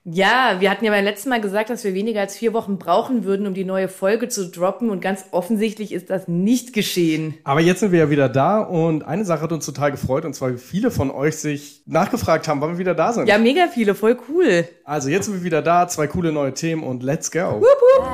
Ja, wir hatten ja beim letzten Mal gesagt, dass wir weniger als 4 Wochen brauchen würden, um die neue Folge zu droppen. Und ganz offensichtlich ist das nicht geschehen. Aber jetzt sind wir ja wieder da und eine Sache hat uns total gefreut. Und zwar, wie viele von euch sich nachgefragt haben, wann wir wieder da sind. Ja, mega viele, voll cool. Also jetzt sind wir wieder da, 2 coole neue Themen und let's go. Wupp, wupp.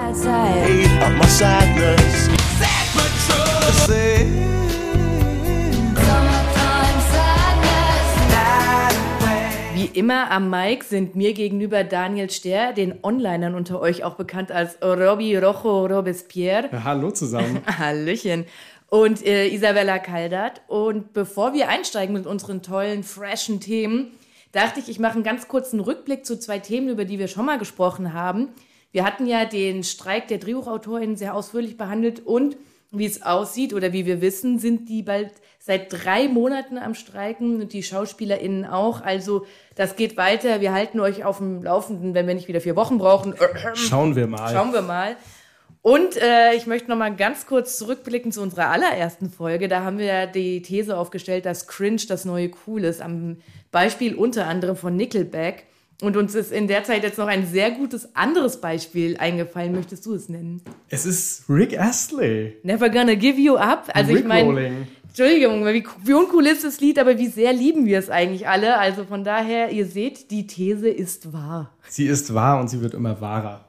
Wie immer am Mic sind mir gegenüber Daniel Ster, den Onlinern unter euch auch bekannt als Robby Rojo Robespierre. Ja, hallo zusammen. Hallöchen. Und Isabella Kaldert. Und bevor wir einsteigen mit unseren tollen, freshen Themen, dachte ich mache einen ganz kurzen Rückblick zu 2 Themen, über die wir schon mal gesprochen haben. Wir hatten ja den Streik der DrehbuchautorInnen sehr ausführlich behandelt und wie es aussieht oder wie wir wissen, sind die bald seit 3 Monaten am Streiken und die SchauspielerInnen auch. Also das geht weiter. Wir halten euch auf dem Laufenden, wenn wir nicht wieder 4 Wochen brauchen. Schauen wir mal. Und ich möchte noch mal ganz kurz zurückblicken zu unserer allerersten Folge. Da haben wir ja die These aufgestellt, dass Cringe das neue Cool ist. Am Beispiel unter anderem von Nickelback. Und uns ist in der Zeit jetzt noch ein sehr gutes anderes Beispiel eingefallen. Möchtest du es nennen? Es ist Rick Astley. Never Gonna Give You Up. Also ich meine, Entschuldigung, wie uncool ist das Lied, aber wie sehr lieben wir es eigentlich alle. Also von daher, ihr seht, die These ist wahr. Sie ist wahr und sie wird immer wahrer.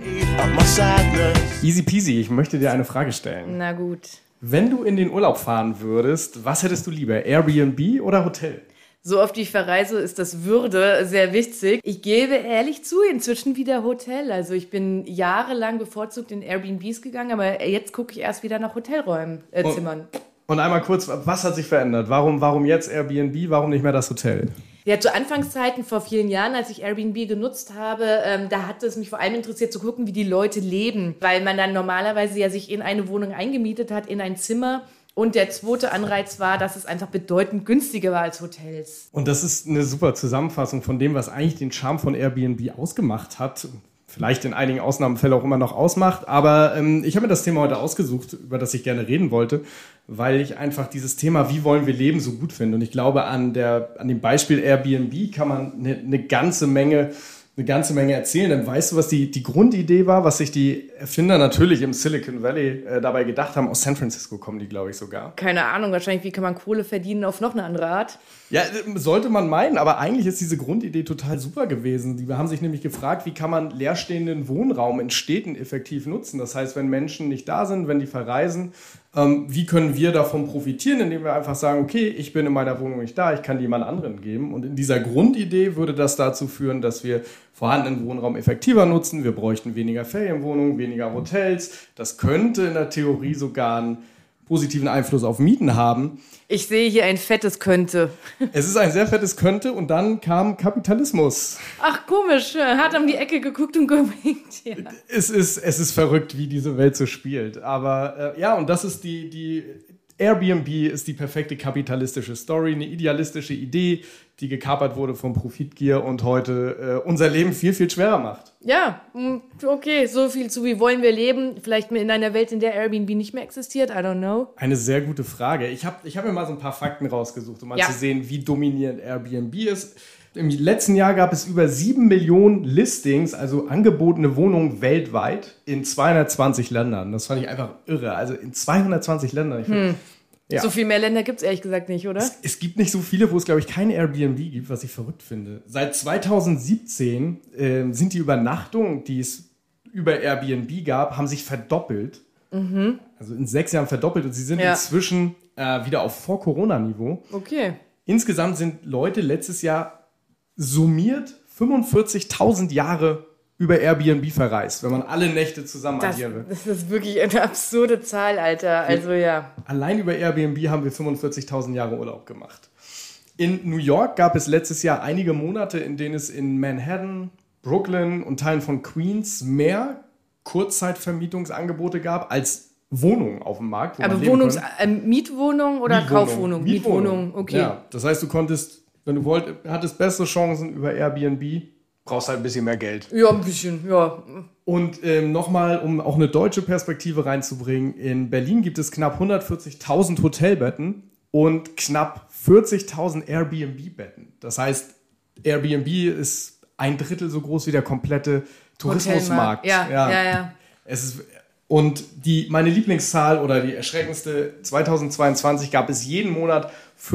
Easy peasy, ich möchte dir eine Frage stellen. Na gut. Wenn du in den Urlaub fahren würdest, was hättest du lieber, Airbnb oder Hotel? So oft wie ich verreise, ist das Würde sehr wichtig. Ich gebe ehrlich zu, inzwischen wieder Hotel. Also ich bin jahrelang bevorzugt in Airbnbs gegangen, aber jetzt gucke ich erst wieder nach Hotelräumen, Zimmern. Und einmal kurz, was hat sich verändert? Warum jetzt Airbnb, warum nicht mehr das Hotel? Ja, zu Anfangszeiten vor vielen Jahren, als ich Airbnb genutzt habe, da hat es mich vor allem interessiert zu gucken, wie die Leute leben. Weil man dann normalerweise ja sich in eine Wohnung eingemietet hat, in ein Zimmer. Und der zweite Anreiz war, dass es einfach bedeutend günstiger war als Hotels. Und das ist eine super Zusammenfassung von dem, was eigentlich den Charme von Airbnb ausgemacht hat. Vielleicht in einigen Ausnahmefällen auch immer noch ausmacht. Aber ich habe mir das Thema heute ausgesucht, über das ich gerne reden wollte, weil ich einfach dieses Thema, wie wollen wir leben, so gut finde. Und ich glaube, an dem Beispiel Airbnb kann man eine ganze Menge erzählen. Dann weißt du, was die Grundidee war, was sich die Erfinder natürlich im Silicon Valley dabei gedacht haben. Aus San Francisco kommen die, glaube ich, sogar. Keine Ahnung, wahrscheinlich, wie kann man Kohle verdienen auf noch eine andere Art? Ja, sollte man meinen, aber eigentlich ist diese Grundidee total super gewesen. Die haben sich nämlich gefragt, wie kann man leerstehenden Wohnraum in Städten effektiv nutzen? Das heißt, wenn Menschen nicht da sind, wenn die verreisen, wie können wir davon profitieren, indem wir einfach sagen, okay, ich bin in meiner Wohnung nicht da, ich kann die jemand anderen geben. Und in dieser Grundidee würde das dazu führen, dass wir vorhandenen Wohnraum effektiver nutzen. Wir bräuchten weniger Ferienwohnungen, weniger Hotels. Das könnte in der Theorie sogar einen positiven Einfluss auf Mieten haben. Ich sehe hier ein fettes Könnte. Es ist ein sehr fettes Könnte und dann kam Kapitalismus. Ach, komisch. Hat um die Ecke geguckt und gewinkt. Ja. Es ist verrückt, wie diese Welt so spielt. Aber und das ist die Airbnb ist die perfekte kapitalistische Story, eine idealistische Idee, die gekapert wurde von Profitgier und heute unser Leben viel, viel schwerer macht. Ja, okay, so viel zu wie wollen wir leben. Vielleicht in einer Welt, in der Airbnb nicht mehr existiert, I don't know. Eine sehr gute Frage. Ich hab mir mal so ein paar Fakten rausgesucht, um mal zu sehen, wie dominierend Airbnb ist. Im letzten Jahr gab es über 7 Millionen Listings, also angebotene Wohnungen weltweit in 220 Ländern. Das fand ich einfach irre. Also in 220 Ländern. Ja. So viel mehr Länder gibt es ehrlich gesagt nicht, oder? Es gibt nicht so viele, wo es, glaube ich, kein Airbnb gibt, was ich verrückt finde. Seit 2017 sind die Übernachtungen, die es über Airbnb gab, haben sich verdoppelt. Mhm. Also in 6 Jahren verdoppelt und sie sind inzwischen wieder auf Vor-Corona-Niveau. Okay. Insgesamt sind Leute letztes Jahr summiert 45.000 Jahre über Airbnb verreist, wenn man alle Nächte zusammen addieren will. Das ist wirklich eine absurde Zahl, Alter. Also ja. Allein über Airbnb haben wir 45.000 Jahre Urlaub gemacht. In New York gab es letztes Jahr einige Monate, in denen es in Manhattan, Brooklyn und Teilen von Queens mehr Kurzzeitvermietungsangebote gab als Wohnungen auf dem Markt. Aber Mietwohnung oder Kaufwohnung? Mietwohnung, okay. Ja, das heißt, du konntest, wenn du hattest bessere Chancen über Airbnb, brauchst halt ein bisschen mehr Geld. Ja, ein bisschen, ja. Und nochmal, um auch eine deutsche Perspektive reinzubringen, in Berlin gibt es knapp 140.000 Hotelbetten und knapp 40.000 Airbnb-Betten. Das heißt, Airbnb ist 1/3 so groß wie der komplette Tourismusmarkt. Ja. Es ist, und meine Lieblingszahl oder die erschreckendste, 2022 gab es jeden Monat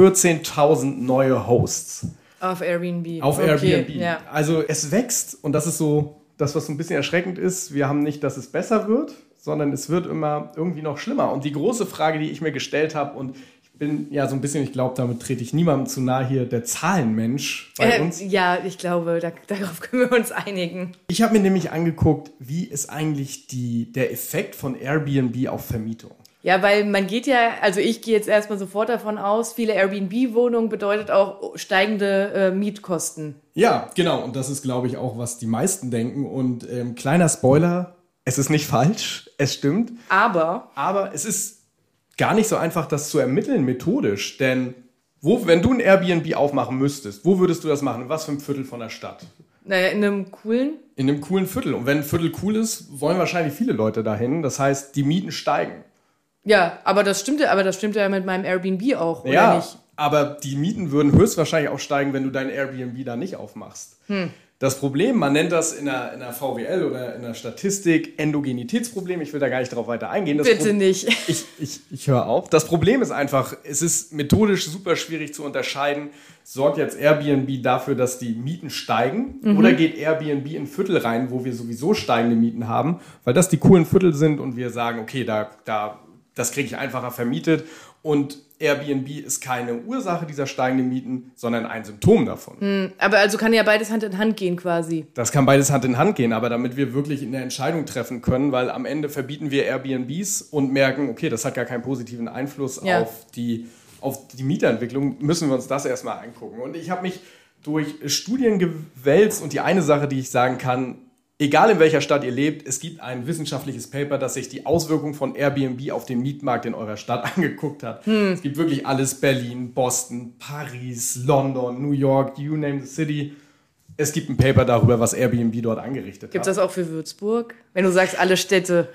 14.000 neue Hosts. Auf Airbnb. Auf Airbnb. Ja. Also es wächst und das ist so das, was so ein bisschen erschreckend ist. Wir haben nicht, dass es besser wird, sondern es wird immer irgendwie noch schlimmer. Und die große Frage, die ich mir gestellt habe, und ich bin ja so ein bisschen, ich glaube, damit trete ich niemandem zu nahe hier, der Zahlenmensch bei uns. Ja, ich glaube, darauf können wir uns einigen. Ich habe mir nämlich angeguckt, wie ist eigentlich der Effekt von Airbnb auf Vermietung. Ja, weil man geht ja, also ich gehe jetzt erstmal sofort davon aus, viele Airbnb-Wohnungen bedeutet auch steigende Mietkosten. Ja, genau. Und das ist, glaube ich, auch, was die meisten denken. Und kleiner Spoiler, es ist nicht falsch, es stimmt. Aber es ist gar nicht so einfach, das zu ermitteln methodisch. Denn wenn du ein Airbnb aufmachen müsstest, wo würdest du das machen? In was für einem Viertel von der Stadt? Naja, in einem coolen? In einem coolen Viertel. Und wenn ein Viertel cool ist, wollen wahrscheinlich viele Leute dahin. Das heißt, die Mieten steigen. Ja, aber das stimmt ja mit meinem Airbnb auch, oder nicht? Aber die Mieten würden höchstwahrscheinlich auch steigen, wenn du dein Airbnb da nicht aufmachst. Das Problem, man nennt das in der VWL oder in der Statistik Endogenitätsproblem. Ich will da gar nicht drauf weiter eingehen. Bitte nicht. Ich höre auf. Das Problem ist einfach, es ist methodisch super schwierig zu unterscheiden. Sorgt jetzt Airbnb dafür, dass die Mieten steigen? Oder geht Airbnb in Viertel rein, wo wir sowieso steigende Mieten haben? Weil das die coolen Viertel sind und wir sagen, okay, das kriege ich einfacher vermietet. Und Airbnb ist keine Ursache dieser steigenden Mieten, sondern ein Symptom davon. Aber also kann ja beides Hand in Hand gehen quasi. Das kann beides Hand in Hand gehen, aber damit wir wirklich eine Entscheidung treffen können, weil am Ende verbieten wir Airbnbs und merken, okay, das hat gar keinen positiven Einfluss auf die Mieterentwicklung, müssen wir uns das erstmal angucken. Und ich habe mich durch Studien gewälzt und die eine Sache, die ich sagen kann, egal in welcher Stadt ihr lebt, es gibt ein wissenschaftliches Paper, das sich die Auswirkungen von Airbnb auf den Mietmarkt in eurer Stadt angeguckt hat. Es gibt wirklich alles: Berlin, Boston, Paris, London, New York, you name the city. Es gibt ein Paper darüber, was Airbnb dort angerichtet hat. Gibt es das auch für Würzburg? Wenn du sagst, alle Städte.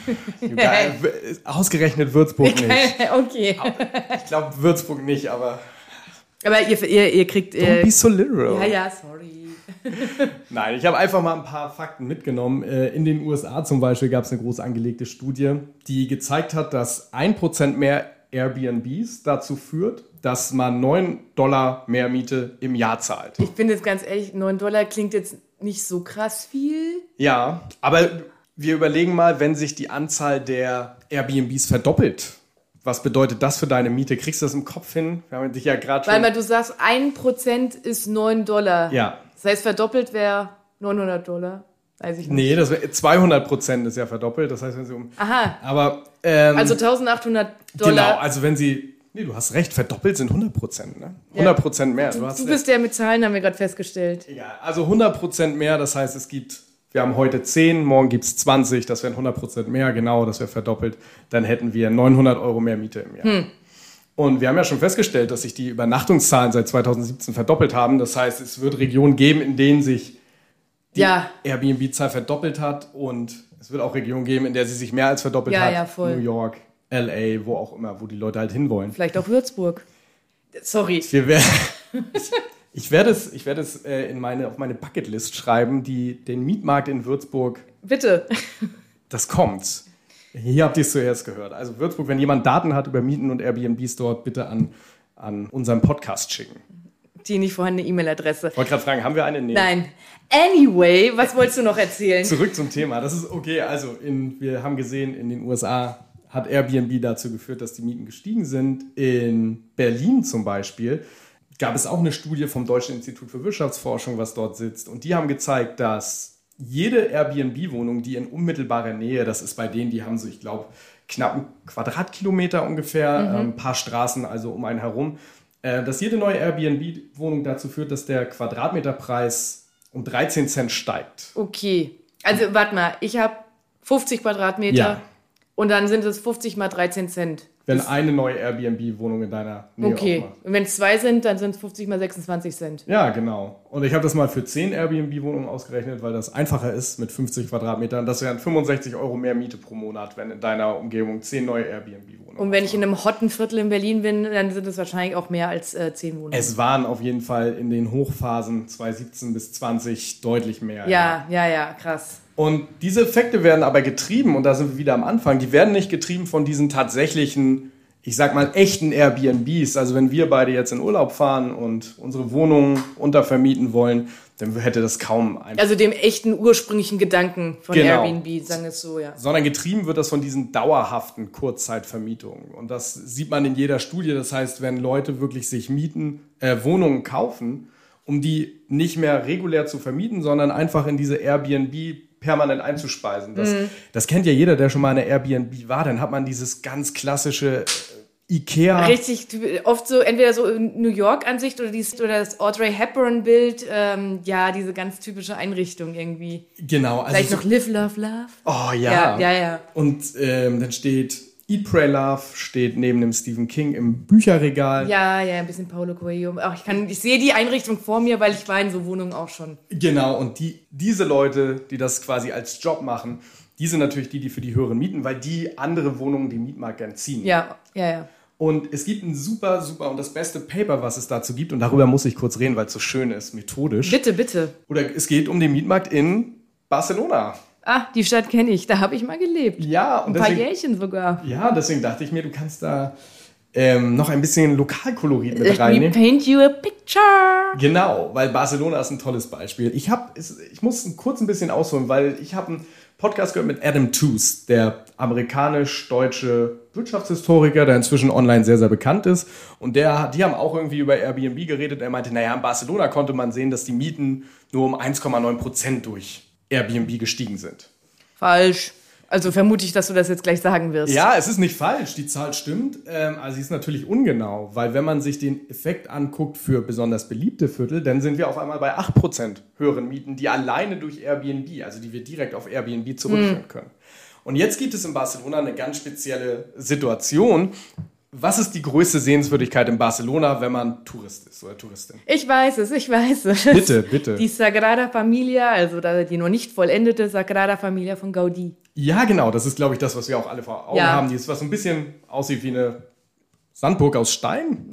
Ausgerechnet Würzburg nicht. Okay. Ich glaube Würzburg nicht, aber... Aber ihr kriegt... Don't be so literal. Ja, sorry. Nein, ich habe einfach mal ein paar Fakten mitgenommen. In den USA zum Beispiel gab es eine groß angelegte Studie, die gezeigt hat, dass 1% mehr Airbnbs dazu führt, dass man $9 mehr Miete im Jahr zahlt. Ich bin jetzt ganz ehrlich, $9 klingt jetzt nicht so krass viel. Ja, aber wir überlegen mal, wenn sich die Anzahl der Airbnbs verdoppelt. Was bedeutet das für deine Miete? Kriegst du das im Kopf hin? Wir haben dich ja gerade schon... Weil du sagst, 1% ist $9. Ja. Das heißt, verdoppelt wäre $900. Weiß ich nicht. Nee, das wäre 200% ist ja verdoppelt. Das heißt, wenn sie Aha. Aber... also $1.800. Genau, also wenn sie... Nee, du hast recht, verdoppelt sind 100%, ne? 100% mehr. Du bist der mit Zahlen, haben wir gerade festgestellt. Egal, also 100% mehr, das heißt, wir haben heute 10, morgen gibt es 20, das wären 100% mehr, genau, das wäre verdoppelt. Dann hätten wir 900 Euro mehr Miete im Jahr. Und wir haben ja schon festgestellt, dass sich die Übernachtungszahlen seit 2017 verdoppelt haben. Das heißt, es wird Regionen geben, in denen sich die Airbnb-Zahl verdoppelt hat. Und es wird auch Regionen geben, in der sie sich mehr als verdoppelt hat. Ja, voll. New York, LA, wo auch immer, wo die Leute halt hinwollen. Vielleicht auch Würzburg. Sorry. Ich werde es auf meine Bucketlist schreiben, den Mietmarkt in Würzburg. Bitte. Das kommt. Hier habt ihr es zuerst gehört. Also Würzburg, wenn jemand Daten hat über Mieten und Airbnbs dort, bitte an unseren Podcast schicken. Die nicht vorhandene E-Mail-Adresse. Ich wollte gerade fragen, haben wir eine? Nee. Nein. Anyway, was wolltest du noch erzählen? Zurück zum Thema. Das ist okay. Also wir haben gesehen, in den USA hat Airbnb dazu geführt, dass die Mieten gestiegen sind. In Berlin zum Beispiel gab es auch eine Studie vom Deutschen Institut für Wirtschaftsforschung, was dort sitzt. Und die haben gezeigt, dass jede Airbnb-Wohnung, die in unmittelbarer Nähe, das ist bei denen, die haben so, ich glaube, knapp einen Quadratkilometer ungefähr, ein paar Straßen also um einen herum, dass jede neue Airbnb-Wohnung dazu führt, dass der Quadratmeterpreis um 13 Cent steigt. Okay, also warte mal, ich habe 50 Quadratmeter und dann sind es 50 mal 13 Cent. wenn eine neue Airbnb-Wohnung in deiner Nähe Okay, aufmacht. und wenn es 2 sind, dann sind es 50 mal 26 Cent. Ja, genau. Und ich habe das mal für 10 Airbnb-Wohnungen ausgerechnet, weil das einfacher ist mit 50 Quadratmetern. Das wären 65 Euro mehr Miete pro Monat, wenn in deiner Umgebung 10 neue Airbnb-Wohnungen Und wenn ich in einem hotten Viertel in Berlin bin, dann sind es wahrscheinlich auch mehr als 10 Wohnungen. Es waren auf jeden Fall in den Hochphasen 2017 bis 20 deutlich mehr. Ja, krass. Und diese Effekte werden aber getrieben, und da sind wir wieder am Anfang, die werden nicht getrieben von diesen tatsächlichen, ich sag mal, echten Airbnbs. Also wenn wir beide jetzt in Urlaub fahren und unsere Wohnungen untervermieten wollen, dann hätte das kaum ein... Also dem echten ursprünglichen Gedanken von Genau. Airbnb, sagen wir es so, ja. Sondern getrieben wird das von diesen dauerhaften Kurzzeitvermietungen. Und das sieht man in jeder Studie. Das heißt, wenn Leute wirklich sich Wohnungen kaufen, um die nicht mehr regulär zu vermieten, sondern einfach in diese Airbnb permanent einzuspeisen. Das kennt ja jeder, der schon mal in einer Airbnb war. Dann hat man dieses ganz klassische Ikea. Richtig, oft so, entweder so New York-Ansicht oder das Audrey Hepburn-Bild. Ja, diese ganz typische Einrichtung irgendwie. Genau. Also Vielleicht noch Live, Love, Love. Oh ja. Ja. Und dann steht Eat, Pray, Love, steht neben dem Stephen King im Bücherregal. Ja, ein bisschen Paulo Coelho. Auch ich sehe die Einrichtung vor mir, weil ich war in so Wohnungen auch schon. Genau, und diese Leute, die das quasi als Job machen, die sind natürlich die für die höheren Mieten, weil die andere Wohnungen den Mietmarkt gern ziehen. Ja. Und es gibt ein super und das beste Paper, was es dazu gibt, und darüber muss ich kurz reden, weil es so schön ist, methodisch. Bitte. Oder es geht um den Mietmarkt in Barcelona. Ah, die Stadt kenne ich, da habe ich mal gelebt. Ja, und ein paar Jährchen sogar. Ja, deswegen dachte ich mir, du kannst da noch ein bisschen Lokalkolorit mit We reinnehmen. paint you a picture. Genau, weil Barcelona ist ein tolles Beispiel. Ich muss kurz ein bisschen ausholen, weil ich habe einen Podcast gehört mit Adam Tooze, der amerikanisch-deutsche Wirtschaftshistoriker, der inzwischen online sehr, sehr bekannt ist. Und die haben auch irgendwie über Airbnb geredet. Er meinte, in Barcelona konnte man sehen, dass die Mieten nur um 1,9% durch Airbnb gestiegen sind. Falsch. Also vermute ich, dass du das jetzt gleich sagen wirst. Ja, es ist nicht falsch, die Zahl stimmt, also sie ist natürlich ungenau, weil wenn man sich den Effekt anguckt für besonders beliebte Viertel, dann sind wir auf einmal bei 8% höheren Mieten, die alleine durch Airbnb, also die wir direkt auf Airbnb zurückführen können. Und jetzt gibt es in Barcelona eine ganz spezielle Situation. Was ist die größte Sehenswürdigkeit in Barcelona, wenn man Tourist ist oder Touristin? Ich weiß es. Bitte. Die Sagrada Familia, also die noch nicht vollendete Sagrada Familia von Gaudí. Ja, genau, das ist, glaube ich, das, was wir auch alle vor Augen haben. Die ist, was so ein bisschen aussieht wie eine Sandburg aus Stein.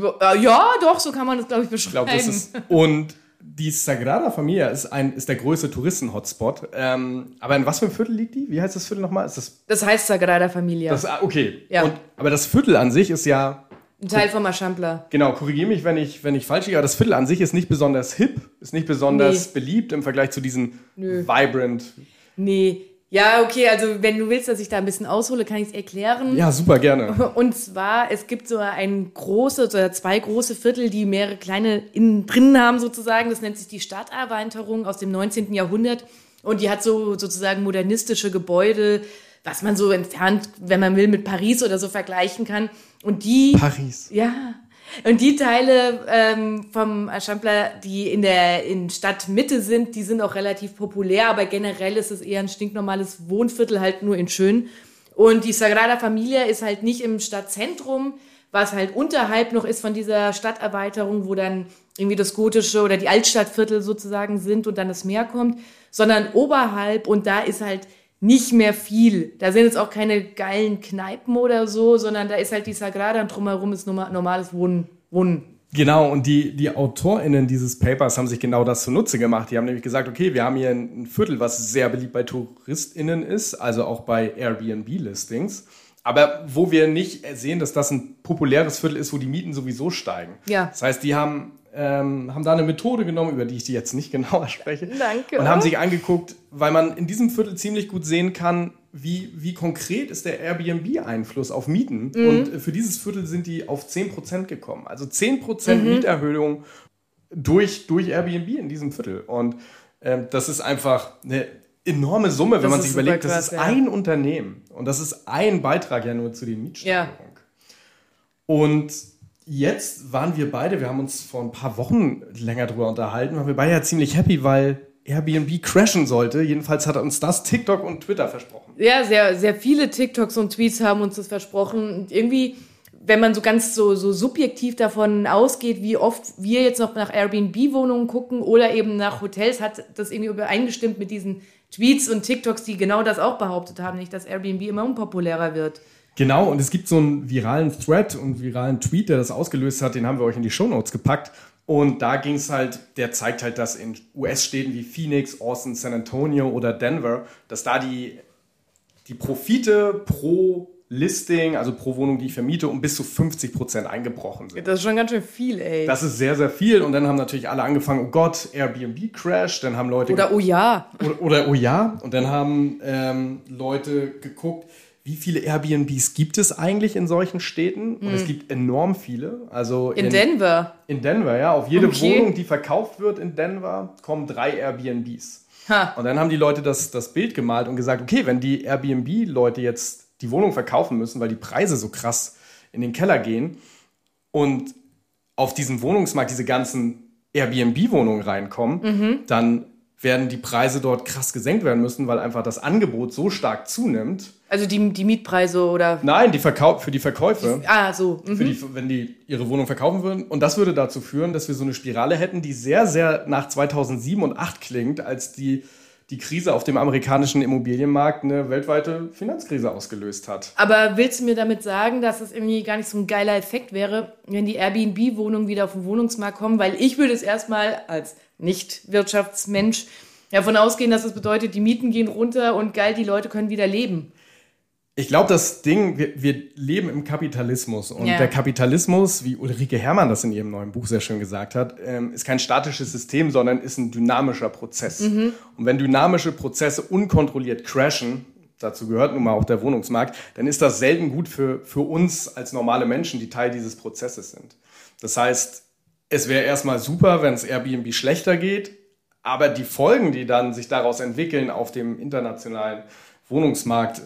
Ja, doch, so kann man das, glaube ich, beschreiben. Ich glaube, das ist... Und die Sagrada Familia ist der größte Touristen-Hotspot. Aber in was für einem Viertel liegt die? Wie heißt das Viertel nochmal? Das heißt Sagrada Familia. Okay. Ja. Aber das Viertel an sich ist ja... Ein Teil vom Eixample. Genau, korrigiere mich, wenn ich falsch liege. Aber das Viertel an sich ist nicht besonders hip, ist nicht besonders beliebt im Vergleich zu diesen vibrant... Nee. Ja, okay, also wenn du willst, dass ich da ein bisschen aushole, kann ich es erklären. Ja, super, gerne. Und zwar, es gibt so ein großes oder 2 große Viertel, die mehrere kleine innen drin haben sozusagen. Das nennt sich die Stadterweiterung aus dem 19. Jahrhundert. Und die hat so sozusagen modernistische Gebäude, was man so entfernt, wenn man will, mit Paris oder so vergleichen kann. Und die... Paris. Ja. Und die Teile vom Eixample, die in Stadtmitte sind, die sind auch relativ populär, aber generell ist es eher ein stinknormales Wohnviertel, halt nur in schön. Und die Sagrada Familia ist halt nicht im Stadtzentrum, was halt unterhalb noch ist von dieser Stadterweiterung, wo dann irgendwie das gotische oder die Altstadtviertel sozusagen sind und dann das Meer kommt, sondern oberhalb, und da ist halt nicht mehr viel. Da sind jetzt auch keine geilen Kneipen oder so, sondern da ist halt die Sagrada und drumherum ist normales Wohnen. Genau, und die AutorInnen dieses Papers haben sich genau das zunutze gemacht. Die haben nämlich gesagt, okay, wir haben hier ein Viertel, was sehr beliebt bei TouristInnen ist, also auch bei Airbnb-Listings. Aber wo wir nicht sehen, dass das ein populäres Viertel ist, wo die Mieten sowieso steigen. Ja. Das heißt, die haben da eine Methode genommen, über die ich jetzt nicht genauer spreche. Danke. Und haben sich angeguckt, weil man in diesem Viertel ziemlich gut sehen kann, wie konkret ist der Airbnb-Einfluss auf Mieten. Und für dieses Viertel sind die auf 10% gekommen. Also 10% Mieterhöhung durch Airbnb in diesem Viertel. Und das ist einfach eine enorme Summe, wenn man sich überlegt, das ist ein Unternehmen. Und das ist ein Beitrag ja nur zu den Mietsteigerungen. Ja. Und jetzt waren wir haben uns vor ein paar Wochen länger drüber unterhalten, waren wir beide ja ziemlich happy, weil Airbnb crashen sollte. Jedenfalls hat uns das TikTok und Twitter versprochen. Ja, sehr, sehr viele TikToks und Tweets haben uns das versprochen. Und irgendwie, wenn man so ganz so subjektiv davon ausgeht, wie oft wir jetzt noch nach Airbnb-Wohnungen gucken oder eben nach Hotels, hat das irgendwie übereingestimmt mit diesen Tweets und TikToks, die genau das auch behauptet haben, nicht, dass Airbnb immer unpopulärer wird. Genau, und es gibt so einen viralen Thread und viralen Tweet, der das ausgelöst hat, den haben wir euch in die Shownotes gepackt. Und da ging es halt, der zeigt halt, dass in US-Städten wie Phoenix, Austin, San Antonio oder Denver, dass da die Profite pro Listing, also pro Wohnung, die ich vermiete, um bis zu 50% eingebrochen sind. Das ist schon ganz schön viel, ey. Das ist sehr, sehr viel. Und dann haben natürlich alle angefangen, oh Gott, Airbnb crash. Dann haben Leute... Oder oh ja. Oder oh ja. Und dann haben Leute geguckt, wie viele Airbnbs gibt es eigentlich in solchen Städten? Und es gibt enorm viele. Also in Denver? In Denver, ja. Auf jede Wohnung, die verkauft wird in Denver, kommen 3 Airbnbs. Ha. Und dann haben die Leute das Bild gemalt und gesagt, okay, wenn die Airbnb-Leute jetzt die Wohnung verkaufen müssen, weil die Preise so krass in den Keller gehen und auf diesen Wohnungsmarkt diese ganzen Airbnb-Wohnungen reinkommen, dann werden die Preise dort krass gesenkt werden müssen, weil einfach das Angebot so stark zunimmt. Also die Mietpreise oder? Nein, für die Verkäufe. So. Wenn die ihre Wohnung verkaufen würden. Und das würde dazu führen, dass wir so eine Spirale hätten, die sehr, sehr nach 2007 und 2008 klingt, als die Krise auf dem amerikanischen Immobilienmarkt eine weltweite Finanzkrise ausgelöst hat. Aber willst du mir damit sagen, dass es irgendwie gar nicht so ein geiler Effekt wäre, wenn die Airbnb-Wohnungen wieder auf den Wohnungsmarkt kommen? Weil ich würde es erstmal als Nicht-Wirtschaftsmensch davon ausgehen, dass es bedeutet, die Mieten gehen runter und geil, die Leute können wieder leben. Ich glaube, das Ding, wir leben im Kapitalismus und der Kapitalismus, wie Ulrike Herrmann das in ihrem neuen Buch sehr schön gesagt hat, ist kein statisches System, sondern ist ein dynamischer Prozess. Und wenn dynamische Prozesse unkontrolliert crashen, dazu gehört nun mal auch der Wohnungsmarkt, dann ist das selten gut für uns als normale Menschen, die Teil dieses Prozesses sind. Das heißt, es wäre erstmal super, wenn es Airbnb schlechter geht, aber die Folgen, die dann sich daraus entwickeln auf dem internationalen Wohnungsmarkt,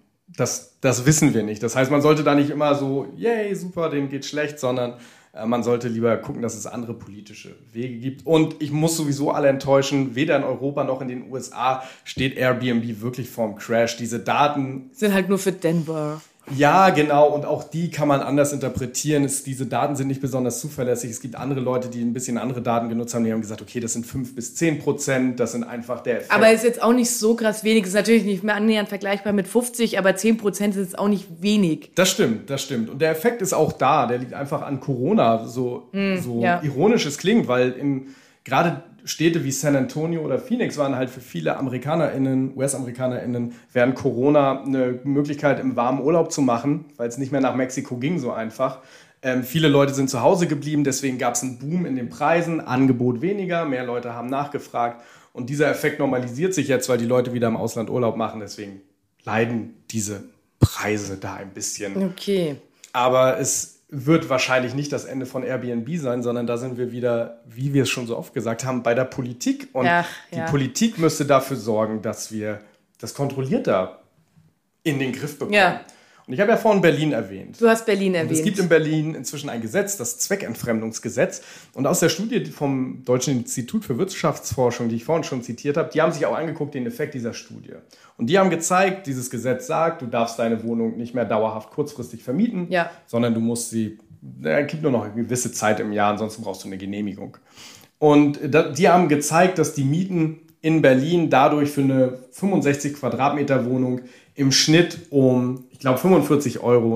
das wissen wir nicht. Das heißt, man sollte da nicht immer so, yay, super, denen geht's schlecht, sondern man sollte lieber gucken, dass es andere politische Wege gibt. Und ich muss sowieso alle enttäuschen, weder in Europa noch in den USA steht Airbnb wirklich vorm Crash. Diese Daten sind halt nur für Denver. Ja, genau. Und auch die kann man anders interpretieren. Diese Daten sind nicht besonders zuverlässig. Es gibt andere Leute, die ein bisschen andere Daten genutzt haben. Die haben gesagt, okay, das sind 5-10%. Das sind einfach der Effekt. Aber ist jetzt auch nicht so krass wenig. Ist natürlich nicht mehr annähernd vergleichbar mit 50, aber 10% ist jetzt auch nicht wenig. Das stimmt. Und der Effekt ist auch da. Der liegt einfach an Corona. So ironisch es klingt, weil gerade Städte wie San Antonio oder Phoenix waren halt für viele US-AmerikanerInnen während Corona eine Möglichkeit, im warmen Urlaub zu machen, weil es nicht mehr nach Mexiko ging so einfach. Viele Leute sind zu Hause geblieben, deswegen gab es einen Boom in den Preisen, Angebot weniger, mehr Leute haben nachgefragt und dieser Effekt normalisiert sich jetzt, weil die Leute wieder im Ausland Urlaub machen, deswegen leiden diese Preise da ein bisschen. Okay. Aber es wird wahrscheinlich nicht das Ende von Airbnb sein, sondern da sind wir wieder, wie wir es schon so oft gesagt haben, bei der Politik. Und die Politik müsste dafür sorgen, dass wir das kontrollierter in den Griff bekommen. Ja. Und ich habe ja vorhin Berlin erwähnt. Du hast Berlin erwähnt. Und es gibt in Berlin inzwischen ein Gesetz, das Zweckentfremdungsgesetz. Und aus der Studie vom Deutschen Institut für Wirtschaftsforschung, die ich vorhin schon zitiert habe, die haben sich auch angeguckt, den Effekt dieser Studie. Und die haben gezeigt, dieses Gesetz sagt, du darfst deine Wohnung nicht mehr dauerhaft kurzfristig vermieten, sondern du musst es gibt nur noch eine gewisse Zeit im Jahr, ansonsten brauchst du eine Genehmigung. Und die haben gezeigt, dass die Mieten in Berlin dadurch für eine 65 Quadratmeter Wohnung im Schnitt um, ich glaube, 40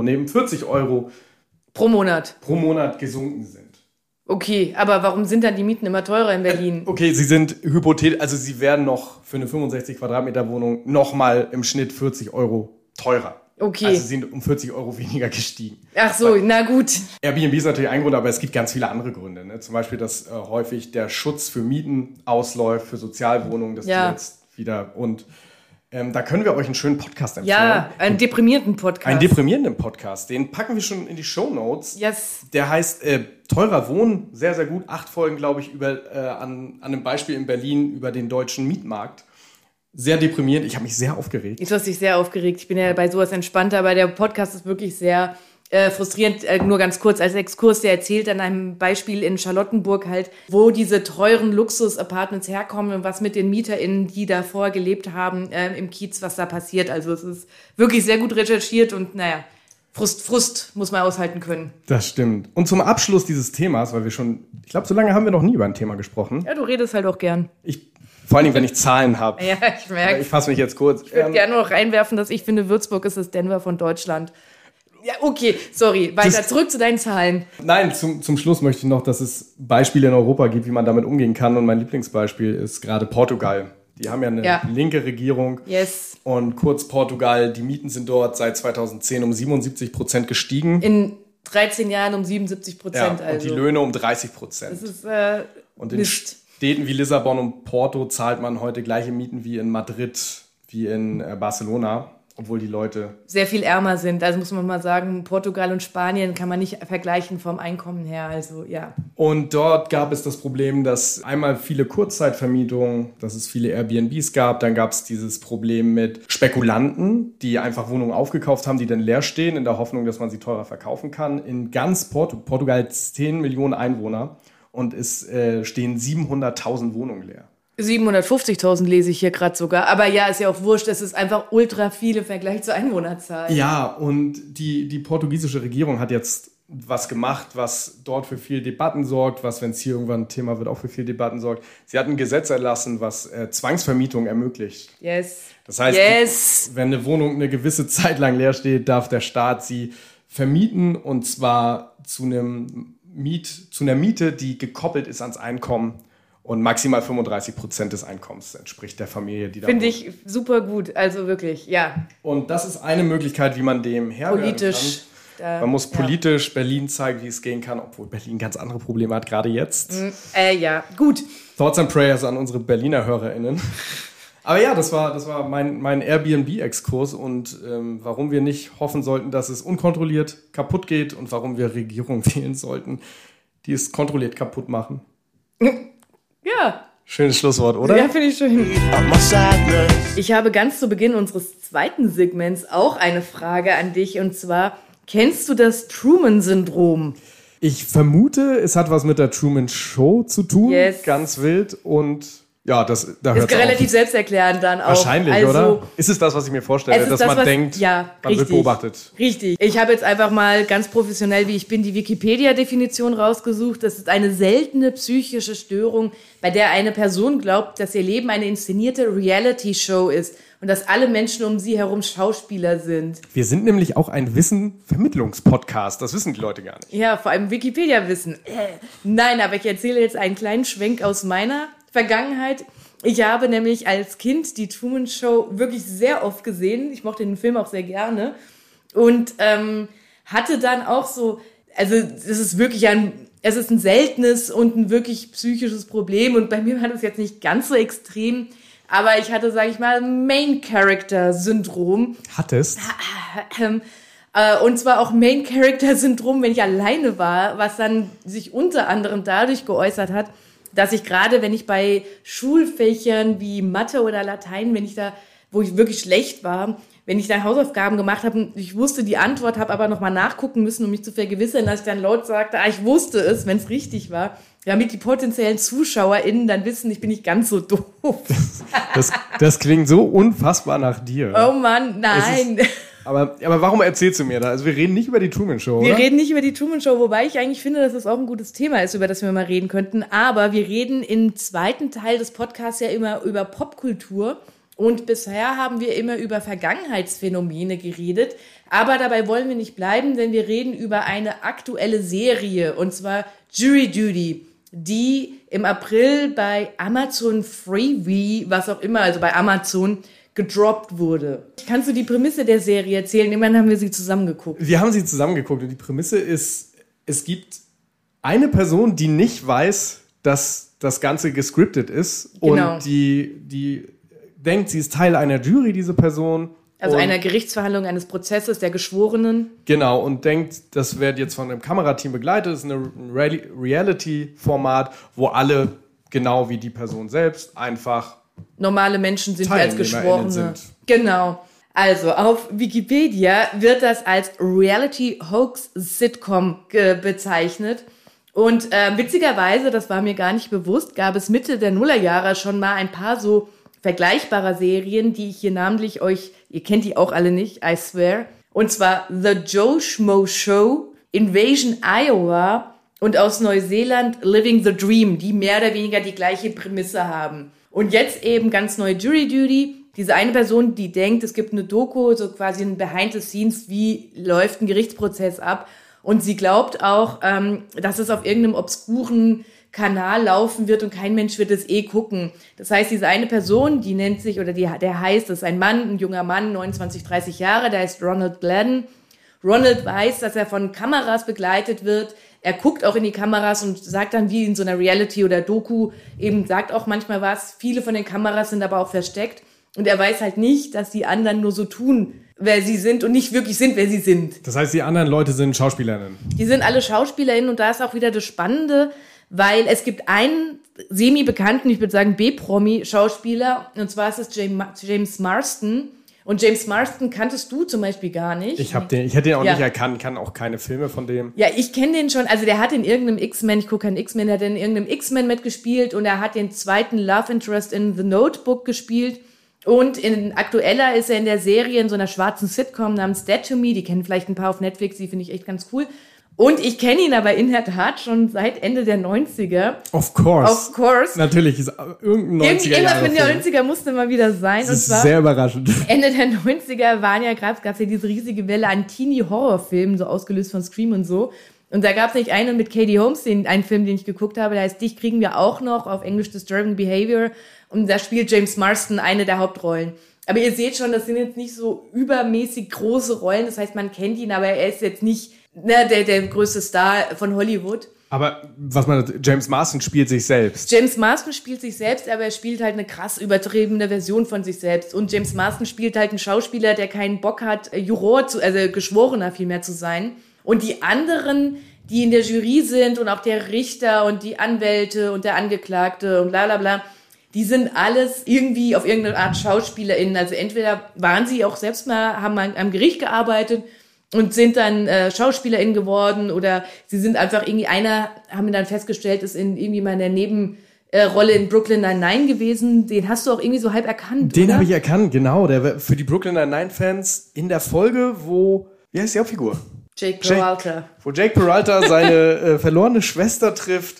Euro pro Monat gesunken sind. Okay, aber warum sind dann die Mieten immer teurer in Berlin? Okay, sie sind hypothetisch, also sie werden noch für eine 65 Quadratmeter Wohnung nochmal im Schnitt 40 Euro teurer. Okay. Also sie sind um 40 Euro weniger gestiegen. Ach so, na gut. Airbnb ist natürlich ein Grund, aber es gibt ganz viele andere Gründe. Ne? Zum Beispiel, dass häufig der Schutz für Mieten ausläuft, für Sozialwohnungen, dass die jetzt wieder und da können wir euch einen schönen Podcast empfehlen. Ja, einen deprimierenden Podcast. Einen deprimierenden Podcast. Den packen wir schon in die Shownotes. Yes. Der heißt Teurer Wohnen. Sehr, sehr gut. 8 Folgen, glaube ich, an einem Beispiel in Berlin über den deutschen Mietmarkt. Sehr deprimierend. Ich habe mich sehr aufgeregt. Du hast dich sehr aufgeregt. Ich bin ja bei sowas entspannter, aber der Podcast ist wirklich sehr frustrierend, nur ganz kurz als Exkurs, der erzählt an einem Beispiel in Charlottenburg halt, wo diese teuren Luxus-Apartments herkommen und was mit den MieterInnen, die davor gelebt haben, im Kiez, was da passiert. Also es ist wirklich sehr gut recherchiert und Frust muss man aushalten können. Das stimmt. Und zum Abschluss dieses Themas, weil ich glaube, so lange haben wir noch nie über ein Thema gesprochen. Ja, du redest halt auch gern. Vor allen Dingen, wenn ich Zahlen habe. Ja, ich merke. Ich fasse mich jetzt kurz. Ich würde gerne noch reinwerfen, dass ich finde, Würzburg ist das Denver von Deutschland. Ja, okay, sorry. Weiter, zurück zu deinen Zahlen. Nein, zum Schluss möchte ich noch, dass es Beispiele in Europa gibt, wie man damit umgehen kann. Und mein Lieblingsbeispiel ist gerade Portugal. Die haben ja eine linke Regierung. Yes. Und kurz Portugal, die Mieten sind dort seit 2010 um 77% gestiegen. In 13 Jahren um 77%. Ja, und die Löhne um 30%. Das ist und in Städten wie Lissabon und Porto zahlt man heute gleiche Mieten wie in Madrid, wie in Barcelona. Obwohl die Leute sehr viel ärmer sind. Also muss man mal sagen, Portugal und Spanien kann man nicht vergleichen vom Einkommen her. Also ja. Und dort gab es das Problem, dass einmal viele Kurzzeitvermietungen, dass es viele Airbnbs gab. Dann gab es dieses Problem mit Spekulanten, die einfach Wohnungen aufgekauft haben, die dann leer stehen, in der Hoffnung, dass man sie teurer verkaufen kann. In ganz Portugal hat 10 Millionen Einwohner und es stehen 700.000 Wohnungen leer. 750.000 lese ich hier gerade sogar. Aber ja, ist ja auch wurscht. Es ist einfach ultra viel im Vergleich zur Einwohnerzahl. Ja, und die portugiesische Regierung hat jetzt was gemacht, was dort für viel Debatten sorgt, was, wenn es hier irgendwann ein Thema wird, auch für viel Debatten sorgt. Sie hat ein Gesetz erlassen, was Zwangsvermietung ermöglicht. Yes. Das heißt, wenn eine Wohnung eine gewisse Zeit lang leer steht, darf der Staat sie vermieten, und zwar zu einer Miete, die gekoppelt ist ans Einkommen. Und maximal 35% des Einkommens entspricht der Familie, die da Finde ich super gut, also wirklich, ja. Und das ist eine Möglichkeit, wie man dem Herr politisch kann. Man muss politisch Berlin zeigen, wie es gehen kann, obwohl Berlin ganz andere Probleme hat, gerade jetzt. Ja, gut. Thoughts and Prayers an unsere Berliner HörerInnen. Aber ja, das war mein Airbnb-Exkurs und warum wir nicht hoffen sollten, dass es unkontrolliert kaputt geht und warum wir Regierungen wählen sollten, die es kontrolliert kaputt machen. Ja. Schönes Schlusswort, oder? Ja, finde ich schön. Ich habe ganz zu Beginn unseres zweiten Segments auch eine Frage an dich, und zwar, kennst du das Truman-Syndrom? Ich vermute, es hat was mit der Truman Show zu tun, yes. Ganz wild, und ja, da hört es ist relativ selbsterklärend dann auch. Wahrscheinlich, also, oder? Ist es das, was ich mir vorstelle, dass man denkt, man wird beobachtet? Richtig. Ich habe jetzt einfach mal ganz professionell, wie ich bin, die Wikipedia-Definition rausgesucht. Das ist eine seltene psychische Störung, bei der eine Person glaubt, dass ihr Leben eine inszenierte Reality-Show ist und dass alle Menschen um sie herum Schauspieler sind. Wir sind nämlich auch ein Wissen-Vermittlungs-Podcast. Das wissen die Leute gar nicht. Ja, vor allem Wikipedia-Wissen. Nein, aber ich erzähle jetzt einen kleinen Schwenk aus meiner Vergangenheit. Ich habe nämlich als Kind die Truman Show wirklich sehr oft gesehen. Ich mochte den Film auch sehr gerne. Und hatte dann auch so, also es ist wirklich ein seltenes und ein wirklich psychisches Problem. Und bei mir war das jetzt nicht ganz so extrem. Aber ich hatte, sage ich mal, Main-Character-Syndrom. Hattest? Und zwar auch Main-Character-Syndrom, wenn ich alleine war, was dann sich unter anderem dadurch geäußert hat, dass ich gerade, wenn ich bei Schulfächern wie Mathe oder Latein, wo ich wirklich schlecht war, wenn ich da Hausaufgaben gemacht habe, ich wusste die Antwort, habe aber nochmal nachgucken müssen, um mich zu vergewissern, dass ich dann laut sagte, ich wusste es, wenn es richtig war, damit die potenziellen ZuschauerInnen dann wissen, ich bin nicht ganz so doof. Das klingt so unfassbar nach dir. Oh Mann, nein. Aber warum erzählst du mir da? Also wir reden nicht über die Truman Show, oder? Wir reden nicht über die Truman Show, wobei ich eigentlich finde, dass das auch ein gutes Thema ist, über das wir mal reden könnten. Aber wir reden im zweiten Teil des Podcasts ja immer über Popkultur. Und bisher haben wir immer über Vergangenheitsphänomene geredet. Aber dabei wollen wir nicht bleiben, denn wir reden über eine aktuelle Serie. Und zwar Jury Duty, die im April bei Amazon Freevee, was auch immer, also bei Amazon, gedroppt wurde. Kannst du die Prämisse der Serie erzählen? Immerhin haben wir sie zusammengeguckt. Wir haben sie zusammengeguckt und die Prämisse ist, es gibt eine Person, die nicht weiß, dass das Ganze gescriptet ist. Genau. Und die denkt, sie ist Teil einer Jury, diese Person. Also einer Gerichtsverhandlung, eines Prozesses der Geschworenen. Genau, und denkt, das wird jetzt von einem Kamerateam begleitet. Das ist ein Reality-Format, wo alle, genau wie die Person selbst, einfach normale Menschen sind, die als Geschworene sind. Genau. Also, auf Wikipedia wird das als Reality-Hoax-Sitcom bezeichnet. Und witzigerweise, das war mir gar nicht bewusst, gab es Mitte der Nullerjahre schon mal ein paar so vergleichbarer Serien, die ich hier namentlich ihr kennt die auch alle nicht, I swear. Und zwar The Joe Schmo Show, Invasion Iowa und aus Neuseeland Living the Dream, die mehr oder weniger die gleiche Prämisse haben. Und jetzt eben ganz neu Jury Duty. Diese eine Person, die denkt, es gibt eine Doku, so quasi ein Behind the Scenes, wie läuft ein Gerichtsprozess ab. Und sie glaubt auch, dass es auf irgendeinem obskuren Kanal laufen wird und kein Mensch wird es gucken. Das heißt, diese eine Person, die nennt sich, oder der heißt, das ist ein Mann, ein junger Mann, 29, 30 Jahre, der heißt Ronald Gladden. Ronald weiß, dass er von Kameras begleitet wird. Er guckt auch in die Kameras und sagt dann, wie in so einer Reality oder Doku, eben sagt auch manchmal was. Viele von den Kameras sind aber auch versteckt. Und er weiß halt nicht, dass die anderen nur so tun, wer sie sind und nicht wirklich sind, wer sie sind. Das heißt, die anderen Leute sind Schauspielerinnen? Die sind alle Schauspielerinnen und da ist auch wieder das Spannende, weil es gibt einen semi-bekannten, ich würde sagen B-Promi-Schauspieler, und zwar ist es James Marsden. Und James Marsden kanntest du zum Beispiel gar nicht. Ich hätte ihn auch nicht erkannt, kann auch keine Filme von dem. Ja, ich kenne den schon, also der hat in irgendeinem X-Men, ich gucke keinen X-Men, der hat in irgendeinem X-Men mitgespielt und er hat den zweiten Love Interest in The Notebook gespielt. Und aktueller ist er in der Serie, in so einer schwarzen Sitcom namens Dead to Me. Die kennen vielleicht ein paar auf Netflix, die finde ich echt ganz cool. Und ich kenne ihn aber in der Tat schon seit Ende der 90er. Of course. Of course. Natürlich, ist irgendein 90er Irgendwas mit der 90er musste mal wieder sein. Das ist sehr überraschend. Ende der 90er gab es ja diese riesige Welle an Teenie-Horrorfilmen, so ausgelöst von Scream und so. Und da gab es nicht einen mit Katie Holmes, einen Film, den ich geguckt habe, der heißt Dich kriegen wir auch noch, auf Englisch Disturbing Behavior. Und da spielt James Marsden eine der Hauptrollen. Aber ihr seht schon, das sind jetzt nicht so übermäßig große Rollen. Das heißt, man kennt ihn, aber er ist jetzt nicht der größte Star von Hollywood. Aber James Marsden spielt sich selbst. James Marsden spielt sich selbst, aber er spielt halt eine krass übertriebene Version von sich selbst. Und James Marsden spielt halt einen Schauspieler, der keinen Bock hat, Geschworener vielmehr zu sein. Und die anderen, die in der Jury sind und auch der Richter und die Anwälte und der Angeklagte und bla bla bla, die sind alles irgendwie auf irgendeine Art SchauspielerInnen. Also entweder waren sie auch selbst mal, haben mal am Gericht gearbeitet und sind dann SchauspielerInnen geworden oder sie sind einfach haben dann festgestellt, ist irgendwie mal in der Nebenrolle in Brooklyn Nine-Nine gewesen. Den hast du auch irgendwie so halb erkannt, Den habe ich erkannt, genau. Der für die Brooklyn Nine-Nine-Fans in der Folge, wie heißt die Hauptfigur? Jake Peralta. Wo Jake Peralta seine verlorene Schwester trifft,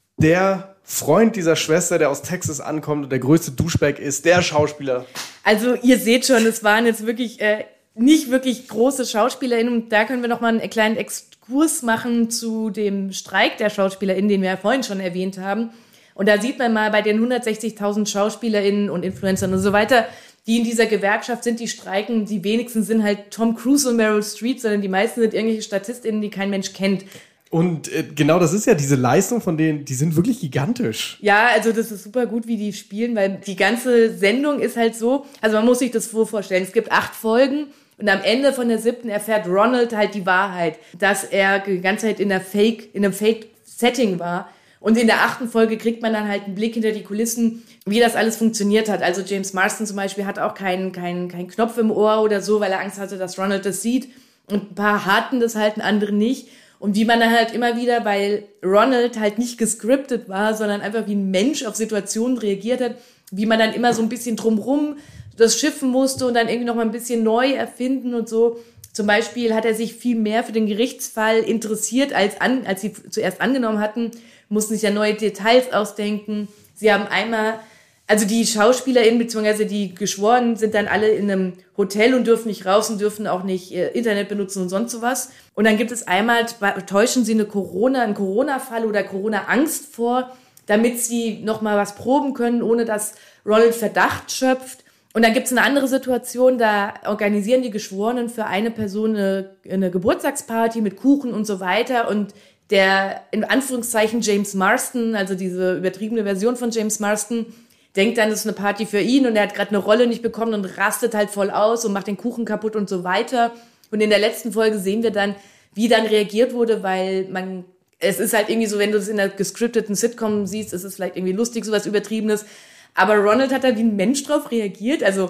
der Freund dieser Schwester, der aus Texas ankommt und der größte Douchebag ist, der Schauspieler. Also ihr seht schon, es waren jetzt wirklich nicht wirklich große SchauspielerInnen. Und da können wir noch mal einen kleinen Exkurs machen zu dem Streik der SchauspielerInnen, den wir ja vorhin schon erwähnt haben. Und da sieht man mal bei den 160.000 SchauspielerInnen und Influencern und so weiter, die in dieser Gewerkschaft sind, die streiken, die wenigsten sind halt Tom Cruise und Meryl Streep, sondern die meisten sind irgendwelche StatistInnen, die kein Mensch kennt. Und genau das ist ja diese Leistung von denen, die sind wirklich gigantisch. Ja, also das ist super gut, wie die spielen, weil die ganze Sendung ist halt so, also man muss sich das vorstellen, es gibt 8 Folgen und am Ende von der 7. erfährt Ronald halt die Wahrheit, dass er die ganze Zeit in einem Fake-Setting war. Und in der 8. Folge kriegt man dann halt einen Blick hinter die Kulissen, wie das alles funktioniert hat. Also James Marsden zum Beispiel hat auch keinen Knopf im Ohr oder so, weil er Angst hatte, dass Ronald das sieht. Und ein paar hatten das halt, andere nicht. Und wie man dann halt immer wieder, weil Ronald halt nicht gescriptet war, sondern einfach wie ein Mensch auf Situationen reagiert hat, wie man dann immer so ein bisschen drumrum das schiffen musste und dann irgendwie noch mal ein bisschen neu erfinden und so. Zum Beispiel hat er sich viel mehr für den Gerichtsfall interessiert, als sie zuerst angenommen hatten, mussten sich ja neue Details ausdenken. Sie haben also die SchauspielerInnen bzw. die Geschworenen sind dann alle in einem Hotel und dürfen nicht raus und dürfen auch nicht Internet benutzen und sonst sowas. Und dann gibt es einmal, täuschen sie einen Corona-Fall oder Corona-Angst vor, damit sie nochmal was proben können, ohne dass Ronald Verdacht schöpft. Und dann gibt es eine andere Situation, da organisieren die Geschworenen für eine Person eine Geburtstagsparty mit Kuchen und so weiter. Und der, in Anführungszeichen, James Marsden, also diese übertriebene Version von James Marsden, denkt dann, das ist eine Party für ihn und er hat gerade eine Rolle nicht bekommen und rastet halt voll aus und macht den Kuchen kaputt und so weiter. Und in der letzten Folge sehen wir dann, wie dann reagiert wurde, weil es ist halt irgendwie so, wenn du das in einer gescripteten Sitcom siehst, ist es vielleicht irgendwie lustig, sowas Übertriebenes. Aber Ronald hat da wie ein Mensch drauf reagiert. Also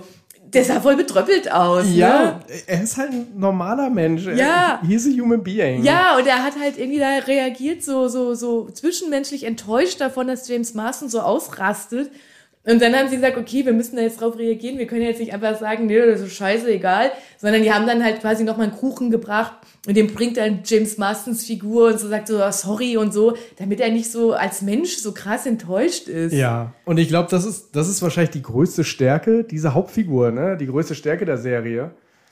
Der sah voll betröppelt aus. Ja, ne? Er ist halt ein normaler Mensch. Ja. He's a human being. Ja, und er hat halt irgendwie da reagiert, so zwischenmenschlich enttäuscht davon, dass James Marsden so ausrastet. Und dann haben sie gesagt, okay, wir müssen da jetzt drauf reagieren. Wir können jetzt nicht einfach sagen, nee, das ist scheiße, egal. Sondern die haben dann halt quasi nochmal einen Kuchen gebracht und dem bringt dann James Marstons Figur und so sagt so, oh, sorry und so, damit er nicht so als Mensch so krass enttäuscht ist. Ja, und ich glaube, das ist wahrscheinlich die größte Stärke dieser Hauptfigur, ne? Die größte Stärke der Serie.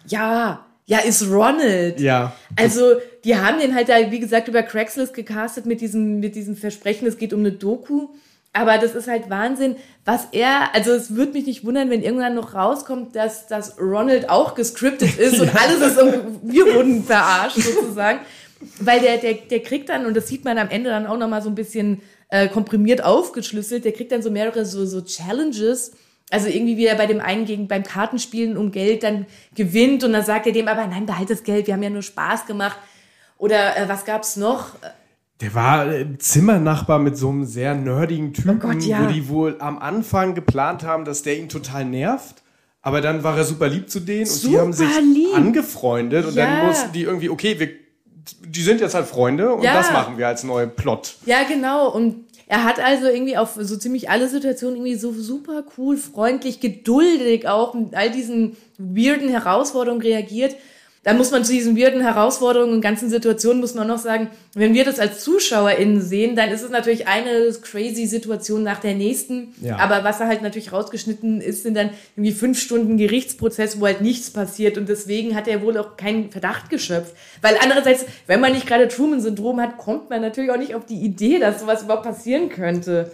Ja, ist Ronald. Ja. Also, die haben den halt da, wie gesagt, über Craigslist gecastet mit diesem Versprechen, es geht um eine Doku. Aber das ist halt Wahnsinn, also es würde mich nicht wundern, wenn irgendwann noch rauskommt, dass Ronald auch gescriptet ist und alles ist, wir wurden verarscht sozusagen. Weil der kriegt dann, und das sieht man am Ende dann auch nochmal so ein bisschen komprimiert aufgeschlüsselt, der kriegt dann so mehrere so Challenges. Also irgendwie wie er bei dem einen beim Kartenspielen um Geld dann gewinnt und dann sagt er dem aber, nein, behalt das Geld, wir haben ja nur Spaß gemacht. Oder was gab's noch? Der war Zimmernachbar mit so einem sehr nerdigen Typen, oh Gott, ja. Wo die wohl am Anfang geplant haben, dass der ihn total nervt. Aber dann war er super lieb zu denen und die haben sich angefreundet. Und dann mussten die irgendwie, okay, die sind jetzt halt Freunde und das machen wir als neuen Plot. Ja, genau. Und er hat also irgendwie auf so ziemlich alle Situationen irgendwie so super cool, freundlich, geduldig auch mit all diesen weirden Herausforderungen reagiert. Da muss man zu diesen weirden Herausforderungen und ganzen Situationen, muss man noch sagen, wenn wir das als ZuschauerInnen sehen, dann ist es natürlich eine crazy Situation nach der nächsten. Ja. Aber was da halt natürlich rausgeschnitten ist, sind dann irgendwie 5 Stunden Gerichtsprozess, wo halt nichts passiert. Und deswegen hat er wohl auch keinen Verdacht geschöpft. Weil andererseits, wenn man nicht gerade Truman-Syndrom hat, kommt man natürlich auch nicht auf die Idee, dass sowas überhaupt passieren könnte.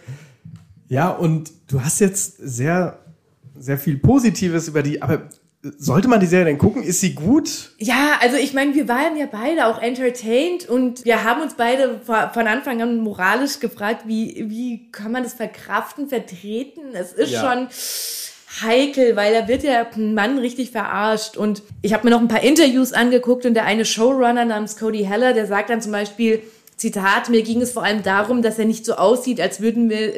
Ja, und du hast jetzt sehr, sehr viel Positives aber sollte man die Serie denn gucken? Ist sie gut? Ja, also ich meine, wir waren ja beide auch entertained und wir haben uns beide von Anfang an moralisch gefragt, wie kann man das verkraften, vertreten? Es ist schon heikel, weil da wird ja ein Mann richtig verarscht. Und ich habe mir noch ein paar Interviews angeguckt und der eine Showrunner namens Cody Heller, der sagt dann zum Beispiel, Zitat, mir ging es vor allem darum, dass es nicht so aussieht, als würden wir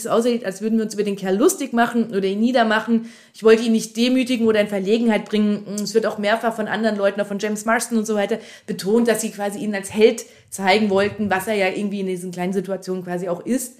uns über den Kerl lustig machen oder ihn niedermachen. Ich wollte ihn nicht demütigen oder in Verlegenheit bringen. Es wird auch mehrfach von anderen Leuten, auch von James Marsden und so weiter, betont, dass sie quasi ihn als Held zeigen wollten, was er ja irgendwie in diesen kleinen Situationen quasi auch ist.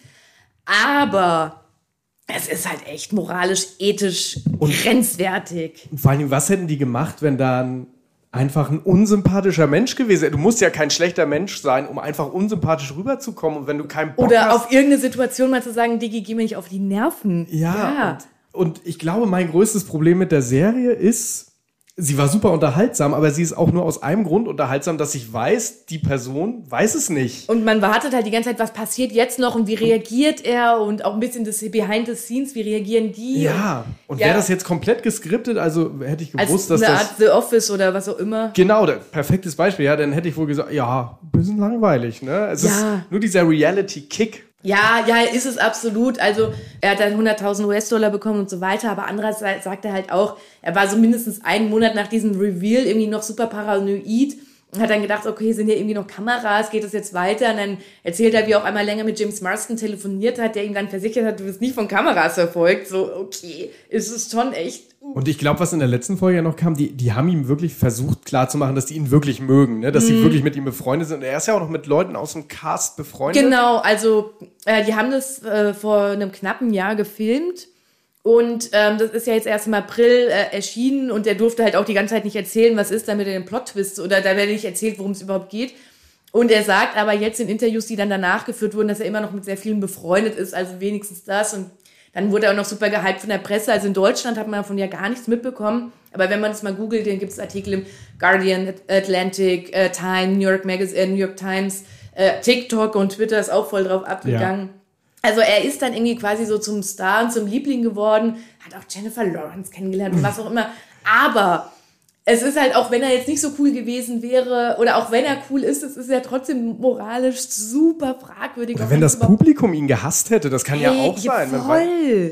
Aber es ist halt echt moralisch, ethisch und grenzwertig. Und vor allem, was hätten die gemacht, wenn dann einfach ein unsympathischer Mensch gewesen wäre? Du musst ja kein schlechter Mensch sein, um einfach unsympathisch rüberzukommen. Und wenn du keinen Bock oder hast, auf irgendeine Situation mal zu sagen, Digi, geh mir nicht auf die Nerven. Ja. Und ich glaube, mein größtes Problem mit der Serie ist, sie war super unterhaltsam, aber sie ist auch nur aus einem Grund unterhaltsam, dass ich weiß, die Person weiß es nicht. Und man wartet halt die ganze Zeit, was passiert jetzt noch und wie reagiert er und auch ein bisschen das Behind the Scenes, wie reagieren die? Ja, und wäre das jetzt komplett geskriptet, also hätte ich gewusst, dass das... eine Art The Office oder was auch immer. Genau, perfektes Beispiel, ja, dann hätte ich wohl gesagt, ja, ein bisschen langweilig, ne? Es ist nur dieser Reality-Kick. Ja, ist es absolut. Also er hat dann 100.000 US-Dollar bekommen und so weiter, aber andererseits sagt er halt auch, er war so mindestens einen Monat nach diesem Reveal irgendwie noch super paranoid und hat dann gedacht, okay, sind hier irgendwie noch Kameras, geht das jetzt weiter? Und dann erzählt er, wie er auch einmal länger mit James Marsden telefoniert hat, der ihm dann versichert hat, du wirst nicht von Kameras verfolgt. So, okay, ist es schon echt... Und ich glaube, was in der letzten Folge ja noch kam, die haben ihm wirklich versucht klarzumachen, dass die ihn wirklich mögen, ne? Dass sie wirklich mit ihm befreundet sind. Und er ist ja auch noch mit Leuten aus dem Cast befreundet. Genau, also die haben das vor einem knappen Jahr gefilmt. Und das ist ja jetzt erst im April erschienen und der durfte halt auch die ganze Zeit nicht erzählen, was ist da mit den Plot-Twists oder da werde nicht erzählt, worum es überhaupt geht. Und er sagt aber jetzt in Interviews, die dann danach geführt wurden, dass er immer noch mit sehr vielen befreundet ist, also wenigstens das. Und dann wurde er auch noch super gehypt von der Presse. Also in Deutschland hat man davon ja gar nichts mitbekommen. Aber wenn man das mal googelt, dann gibt es Artikel im Guardian, Atlantic, Time, New York Times, TikTok und Twitter ist auch voll drauf abgegangen. Ja. Also er ist dann irgendwie quasi so zum Star und zum Liebling geworden, hat auch Jennifer Lawrence kennengelernt und was auch immer. Aber es ist halt, auch wenn er jetzt nicht so cool gewesen wäre oder auch wenn er cool ist, es ist ja trotzdem moralisch super fragwürdig. Oder wenn das Publikum ihn gehasst hätte, das kann ja auch sein. Voll.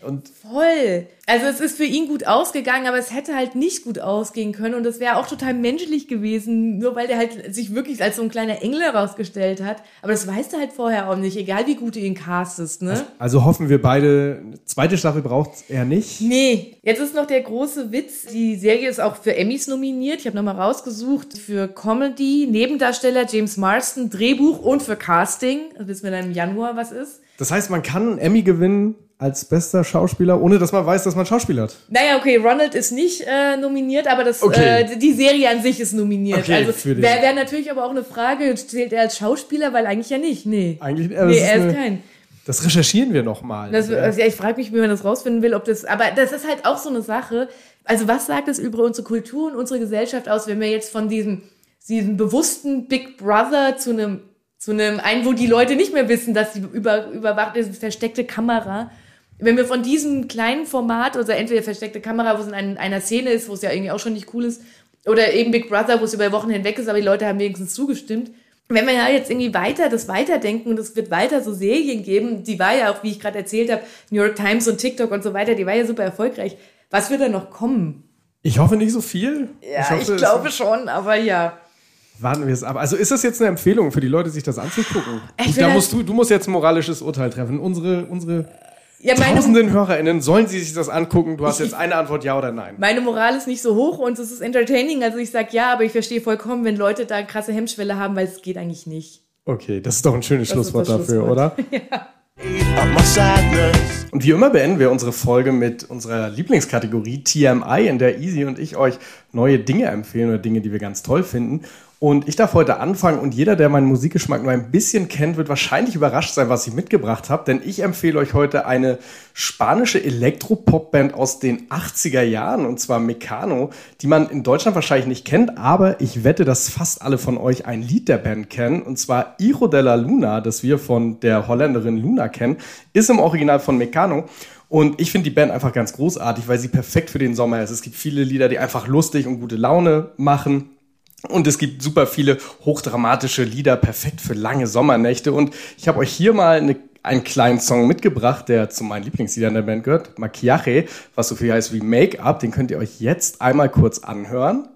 Und voll. Also es ist für ihn gut ausgegangen, aber es hätte halt nicht gut ausgehen können und das wäre auch total menschlich gewesen, nur weil der halt sich wirklich als so ein kleiner Engel herausgestellt hat. Aber das weißt du halt vorher auch nicht, egal wie gut du ihn castest, ne? Also hoffen wir beide, eine zweite Staffel braucht er nicht. Nee, jetzt ist noch der große Witz. Die Serie ist auch für Emmys nominiert. Ich habe nochmal rausgesucht für Comedy, Nebendarsteller James Marsden, Drehbuch und für Casting. Das wissen wir dann im Januar, was ist. Das heißt, man kann einen Emmy gewinnen als bester Schauspieler, ohne dass man weiß, dass man Schauspieler hat. Naja, okay, Ronald ist nicht nominiert, aber die Serie an sich ist nominiert. Okay, also wäre natürlich aber auch eine Frage, zählt er als Schauspieler? Weil eigentlich ja nicht, nee. Eigentlich, er ist kein. Das recherchieren wir nochmal. Ich frage mich, wie man das rausfinden will, aber das ist halt auch so eine Sache. Also was sagt es über unsere Kultur und unsere Gesellschaft aus, wenn wir jetzt von diesem bewussten Big Brother zu einem wo die Leute nicht mehr wissen, dass sie überwacht ist, versteckte Kamera. Wenn wir von diesem kleinen Format, also entweder versteckte Kamera, wo es in einer Szene ist, wo es ja irgendwie auch schon nicht cool ist, oder eben Big Brother, wo es über Wochen hinweg ist, aber die Leute haben wenigstens zugestimmt. Wenn wir ja jetzt irgendwie weiterdenken und es wird weiter so Serien geben, die war ja auch, wie ich gerade erzählt habe, New York Times und TikTok und so weiter, die war ja super erfolgreich. Was wird da noch kommen? Ich hoffe nicht so viel. Ja, ich glaube schon, aber ja. Warten wir es ab. Also ist das jetzt eine Empfehlung für die Leute, sich das anzugucken? Du musst jetzt ein moralisches Urteil treffen. Unsere tausenden HörerInnen, sollen sie sich das angucken? Du hast jetzt eine Antwort, ja oder nein. Meine Moral ist nicht so hoch und es ist entertaining. Also ich sag ja, aber ich verstehe vollkommen, wenn Leute da krasse Hemmschwelle haben, weil es geht eigentlich nicht. Okay, das ist doch ein schönes Schlusswort dafür, oder? Ja. Und wie immer beenden wir unsere Folge mit unserer Lieblingskategorie TMI, in der Easy und ich euch neue Dinge empfehlen oder Dinge, die wir ganz toll finden. Und ich darf heute anfangen und jeder, der meinen Musikgeschmack nur ein bisschen kennt, wird wahrscheinlich überrascht sein, was ich mitgebracht habe, denn ich empfehle euch heute eine spanische Elektropop-Band aus den 80er Jahren, und zwar Mecano, die man in Deutschland wahrscheinlich nicht kennt, aber ich wette, dass fast alle von euch ein Lied der Band kennen, und zwar Hijo de la Luna, das wir von der Holländerin Luna kennen, ist im Original von Mecano. Und ich finde die Band einfach ganz großartig, weil sie perfekt für den Sommer ist. Es gibt viele Lieder, die einfach lustig und gute Laune machen. Und es gibt super viele hochdramatische Lieder, perfekt für lange Sommernächte. Und ich habe euch hier mal einen kleinen Song mitgebracht, der zu meinen Lieblingsliedern der Band gehört. Maquillaje, was so viel heißt wie Make-up. Den könnt ihr euch jetzt einmal kurz anhören.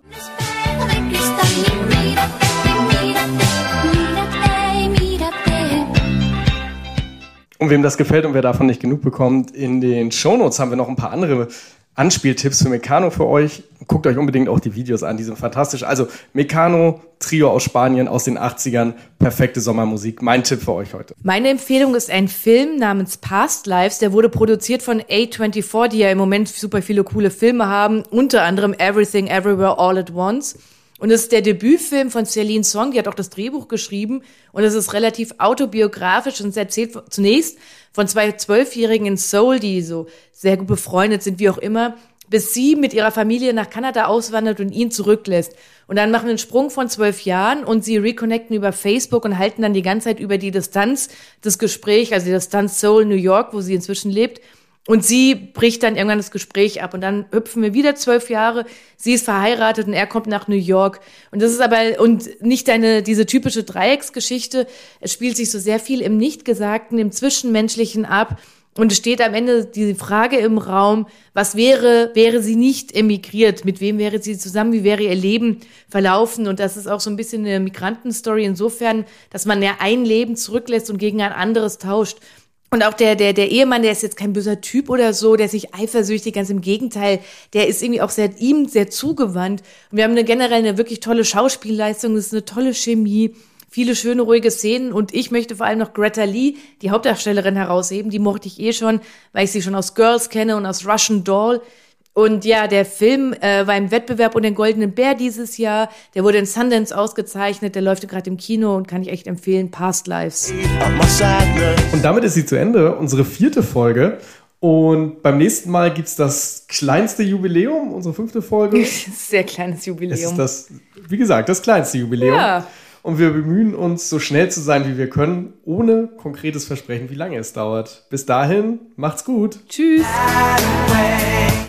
Und wem das gefällt und wer davon nicht genug bekommt, in den Shownotes haben wir noch ein paar andere Anspieltipps für Mecano für euch. Guckt euch unbedingt auch die Videos an, die sind fantastisch. Also Mecano, Trio aus Spanien aus den 80ern, perfekte Sommermusik. Mein Tipp für euch heute. Meine Empfehlung ist ein Film namens Past Lives. Der wurde produziert von A24, die ja im Moment super viele coole Filme haben. Unter anderem Everything, Everywhere, All at Once. Und es ist der Debütfilm von Celine Song, die hat auch das Drehbuch geschrieben. Und es ist relativ autobiografisch und es erzählt zunächst von zwei 12-Jährigen in Seoul, die so sehr gut befreundet sind, wie auch immer, bis sie mit ihrer Familie nach Kanada auswandert und ihn zurücklässt. Und dann machen wir einen Sprung von 12 Jahren und sie reconnecten über Facebook und halten dann die ganze Zeit über die Distanz das Gespräch, also die Distanz Seoul, New York, wo sie inzwischen lebt. Und sie bricht dann irgendwann das Gespräch ab und dann hüpfen wir wieder 12 Jahre. Sie ist verheiratet und er kommt nach New York. Und das ist aber, und nicht diese typische Dreiecksgeschichte. Es spielt sich so sehr viel im Nichtgesagten, im Zwischenmenschlichen ab. Und es steht am Ende die Frage im Raum, was wäre sie nicht emigriert? Mit wem wäre sie zusammen? Wie wäre ihr Leben verlaufen? Und das ist auch so ein bisschen eine Migrantenstory insofern, dass man ja ein Leben zurücklässt und gegen ein anderes tauscht. Und auch der Ehemann, der ist jetzt kein böser Typ oder so, der ist nicht eifersüchtig, ganz im Gegenteil. Der ist irgendwie auch ihm sehr zugewandt. Und wir haben generell eine wirklich tolle Schauspielleistung, es ist eine tolle Chemie, viele schöne, ruhige Szenen. Und ich möchte vor allem noch Greta Lee, die Hauptdarstellerin, herausheben. Die mochte ich schon, weil ich sie schon aus Girls kenne und aus Russian Doll. Und ja, der Film war im Wettbewerb um den Goldenen Bär dieses Jahr. Der wurde in Sundance ausgezeichnet. Der läuft gerade im Kino und kann ich echt empfehlen. Past Lives. Und damit ist sie zu Ende, unsere 4. Folge. Und beim nächsten Mal gibt's das kleinste Jubiläum, unsere 5. Folge. Sehr kleines Jubiläum. Es ist wie gesagt, das kleinste Jubiläum. Ja. Und wir bemühen uns, so schnell zu sein, wie wir können, ohne konkretes Versprechen, wie lange es dauert. Bis dahin, macht's gut. Tschüss.